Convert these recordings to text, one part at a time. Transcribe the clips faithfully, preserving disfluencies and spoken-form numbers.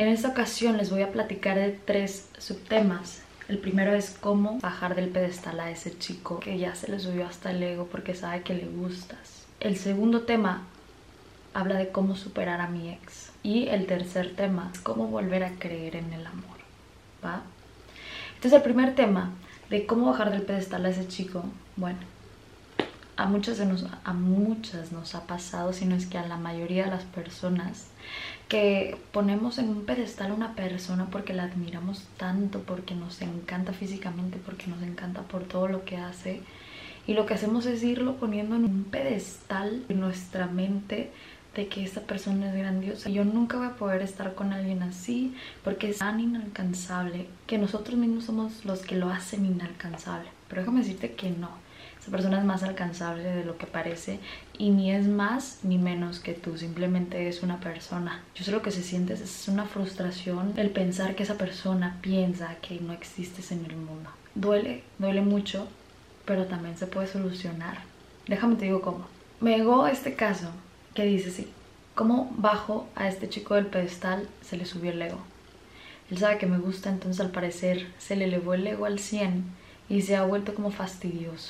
En esta ocasión les voy a platicar de tres subtemas. El primero es cómo bajar del pedestal a ese chico que ya se le subió hasta el ego porque sabe que le gustas. El segundo tema habla de cómo superar a mi ex. Y el tercer tema es cómo volver a creer en el amor, ¿va? Entonces el primer tema de cómo bajar del pedestal a ese chico, bueno, a muchas, de nos, a muchas nos ha pasado, sino es que a la mayoría de las personas que ponemos en un pedestal a una persona porque la admiramos tanto, porque nos encanta físicamente, porque nos encanta por todo lo que hace, y lo que hacemos es irlo poniendo en un pedestal en nuestra mente de que esta persona es grandiosa. Yo nunca voy a poder estar con alguien así porque es tan inalcanzable que nosotros mismos somos los que lo hacen inalcanzable. Pero déjame decirte que no. Esa persona es más alcanzable de lo que parece y ni es más ni menos que tú, simplemente es una persona. Yo sé lo que se siente, es una frustración el pensar que esa persona piensa que no existes en el mundo. Duele, duele mucho, pero también se puede solucionar. Déjame te digo cómo. Me llegó este caso que dice así: ¿cómo bajo a este chico del pedestal? Se le subió el ego. Él sabe que me gusta, entonces al parecer se le elevó el ego al cien y se ha vuelto como fastidioso.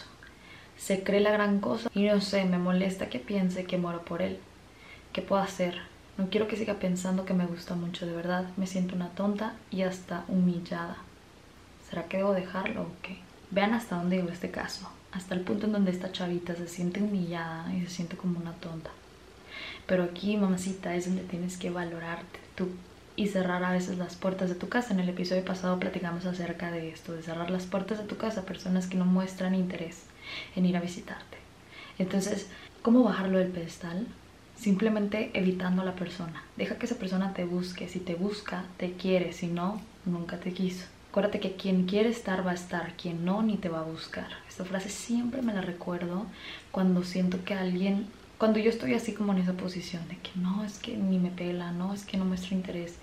Se cree la gran cosa y no sé, me molesta que piense que muero por él. ¿Qué puedo hacer? No quiero que siga pensando que me gusta mucho, de verdad. Me siento una tonta y hasta humillada. ¿Será que debo dejarlo o qué? Vean hasta dónde llegó este caso. Hasta el punto en donde esta chavita se siente humillada y se siente como una tonta. Pero aquí, mamacita, es donde tienes que valorarte tú y cerrar a veces las puertas de tu casa. En el episodio pasado platicamos acerca de esto, de cerrar las puertas de tu casa a personas que no muestran interés en ir a visitarte. Entonces, ¿cómo bajarlo del pedestal? Simplemente evitando a la persona. Deja que esa persona te busque. Si te busca, te quiere. Si no, nunca te quiso. Acuérdate que quien quiere estar va a estar, quien no, ni te va a buscar. Esta frase siempre me la recuerdo cuando siento que alguien, cuando yo estoy así como en esa posición de que no, es que ni me pela, no, es que no muestra interés.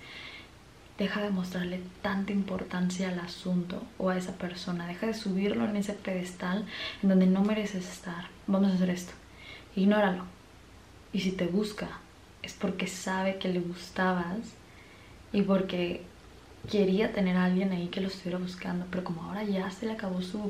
Deja de mostrarle tanta importancia al asunto o a esa persona. Deja de subirlo en ese pedestal en donde no mereces estar. Vamos a hacer esto. Ignóralo. Y si te busca, es porque sabe que le gustabas y porque quería tener a alguien ahí que lo estuviera buscando. Pero como ahora ya se le acabó su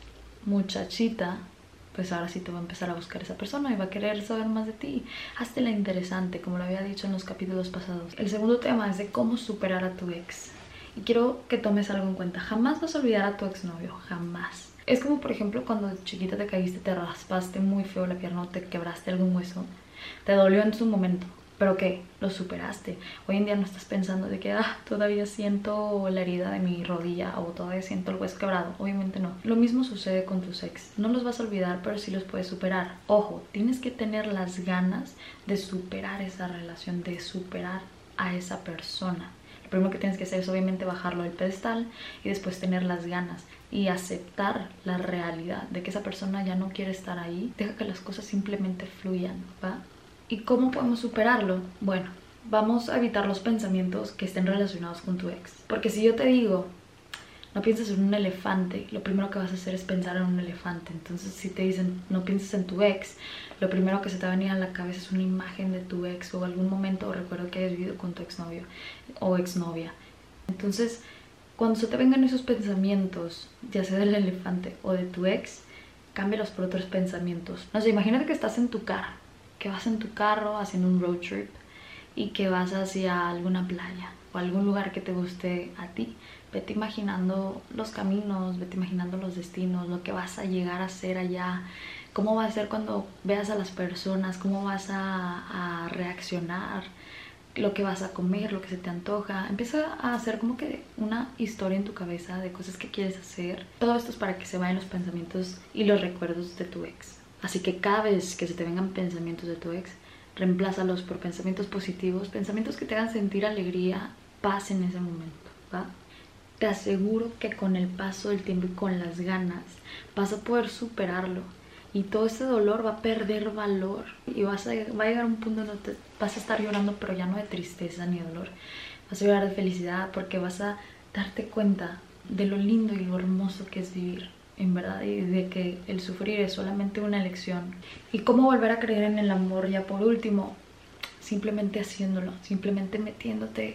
muchachita, pues ahora sí te va a empezar a buscar esa persona y va a querer saber más de ti. Hazte interesante, como lo había dicho en los capítulos pasados. El segundo tema es de cómo superar a tu ex. Y quiero que tomes algo en cuenta. Jamás vas a olvidar a tu exnovio, jamás. Es como, por ejemplo, cuando de chiquita te caíste, te raspaste muy feo la pierna o te quebraste algún hueso. Te dolió en su momento, pero ¿qué? Lo superaste. Hoy en día no estás pensando de que ah, todavía siento la herida de mi rodilla o todavía siento el hueso quebrado. Obviamente no. Lo mismo sucede con tus ex. No los vas a olvidar, pero sí los puedes superar. Ojo, tienes que tener las ganas de superar esa relación, de superar a esa persona. Lo primero que tienes que hacer es obviamente bajarlo del pedestal y después tener las ganas y aceptar la realidad de que esa persona ya no quiere estar ahí. Deja que las cosas simplemente fluyan, ¿va? ¿Y cómo podemos superarlo? Bueno, vamos a evitar los pensamientos que estén relacionados con tu ex. Porque si yo te digo, no pienses en un elefante, lo primero que vas a hacer es pensar en un elefante. Entonces si te dicen, no pienses en tu ex, lo primero que se te va a venir a la cabeza es una imagen de tu ex o algún momento o recuerdo que hayas vivido con tu exnovio o exnovia. Entonces, cuando se te vengan esos pensamientos, ya sea del elefante o de tu ex, cámbialos por otros pensamientos. No sé, imagínate que estás en tu carro, que vas en tu carro haciendo un road trip y que vas hacia alguna playa o algún lugar que te guste a ti. Vete imaginando los caminos, vete imaginando los destinos, lo que vas a llegar a hacer allá, cómo va a ser cuando veas a las personas, cómo vas a, a reaccionar, lo que vas a comer, lo que se te antoja. Empieza a hacer como que una historia en tu cabeza de cosas que quieres hacer. Todo esto es para que se vayan los pensamientos y los recuerdos de tu ex. Así que cada vez que se te vengan pensamientos de tu ex, reemplázalos por pensamientos positivos, pensamientos que te hagan sentir alegría, paz en ese momento, ¿va? Te aseguro que con el paso del tiempo y con las ganas vas a poder superarlo y todo ese dolor va a perder valor y vas a, va a llegar a un punto donde te, vas a estar llorando, pero ya no de tristeza ni de dolor, vas a llorar de felicidad porque vas a darte cuenta de lo lindo y lo hermoso que es vivir, en verdad, y de que el sufrir es solamente una elección. Y cómo volver a creer en el amor, ya por último, simplemente haciéndolo, simplemente metiéndote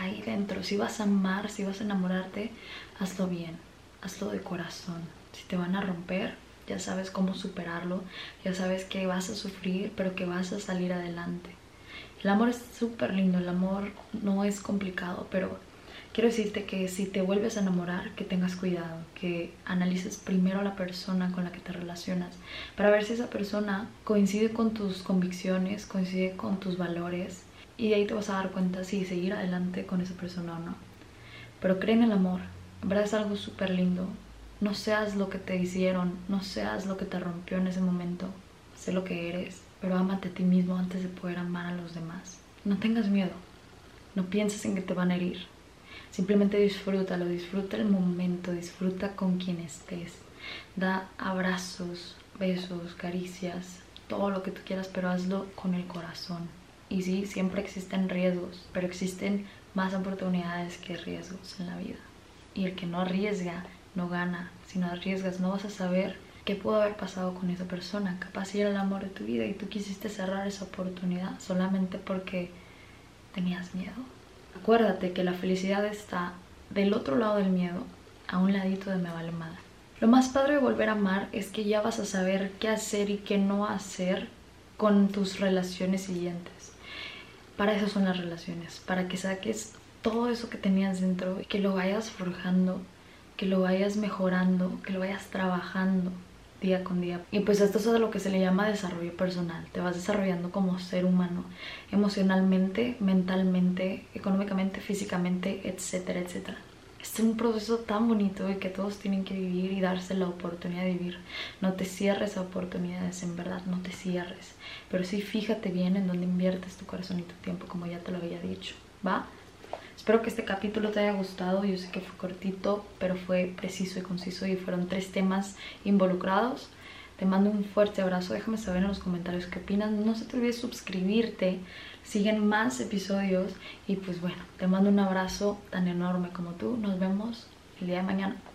ahí dentro. Si vas a amar, si vas a enamorarte, hazlo bien, hazlo de corazón. Si te van a romper, ya sabes cómo superarlo, ya sabes que vas a sufrir, pero que vas a salir adelante. El amor es súper lindo, el amor no es complicado, pero quiero decirte que si te vuelves a enamorar, que tengas cuidado, que analices primero a la persona con la que te relacionas para ver si esa persona coincide con tus convicciones, coincide con tus valores, y de ahí te vas a dar cuenta si seguir adelante con esa persona o no. Pero cree en el amor, en verdad es algo súper lindo. No seas lo que te hicieron, no seas lo que te rompió en ese momento. Sé lo que eres, pero ámate a ti mismo antes de poder amar a los demás. No tengas miedo, no pienses en que te van a herir. Simplemente disfrútalo, disfruta el momento, disfruta con quien estés. Da abrazos, besos, caricias, todo lo que tú quieras, pero hazlo con el corazón. Y sí, siempre existen riesgos, pero existen más oportunidades que riesgos en la vida. Y el que no arriesga, no gana. Si no arriesgas, no vas a saber qué pudo haber pasado con esa persona. Capaz si era el amor de tu vida y tú quisiste cerrar esa oportunidad solamente porque tenías miedo. Acuérdate que la felicidad está del otro lado del miedo, a un ladito de me vale madre. Lo más padre de volver a amar es que ya vas a saber qué hacer y qué no hacer con tus relaciones siguientes. Para eso son las relaciones, para que saques todo eso que tenías dentro y que lo vayas forjando, que lo vayas mejorando, que lo vayas trabajando día con día. Y pues esto es a lo que se le llama desarrollo personal. Te vas desarrollando como ser humano, emocionalmente, mentalmente, económicamente, físicamente, etcétera, etcétera. Es un proceso tan bonito y que todos tienen que vivir y darse la oportunidad de vivir. No te cierres a oportunidades, en verdad, no te cierres. Pero sí fíjate bien en dónde inviertes tu corazón y tu tiempo, como ya te lo había dicho, ¿va? Espero que este capítulo te haya gustado. Yo sé que fue cortito, pero fue preciso y conciso y fueron tres temas involucrados. Te mando un fuerte abrazo. Déjame saber en los comentarios qué opinas. No se te olvide suscribirte. Siguen más episodios. Y pues bueno, te mando un abrazo tan enorme como tú. Nos vemos el día de mañana.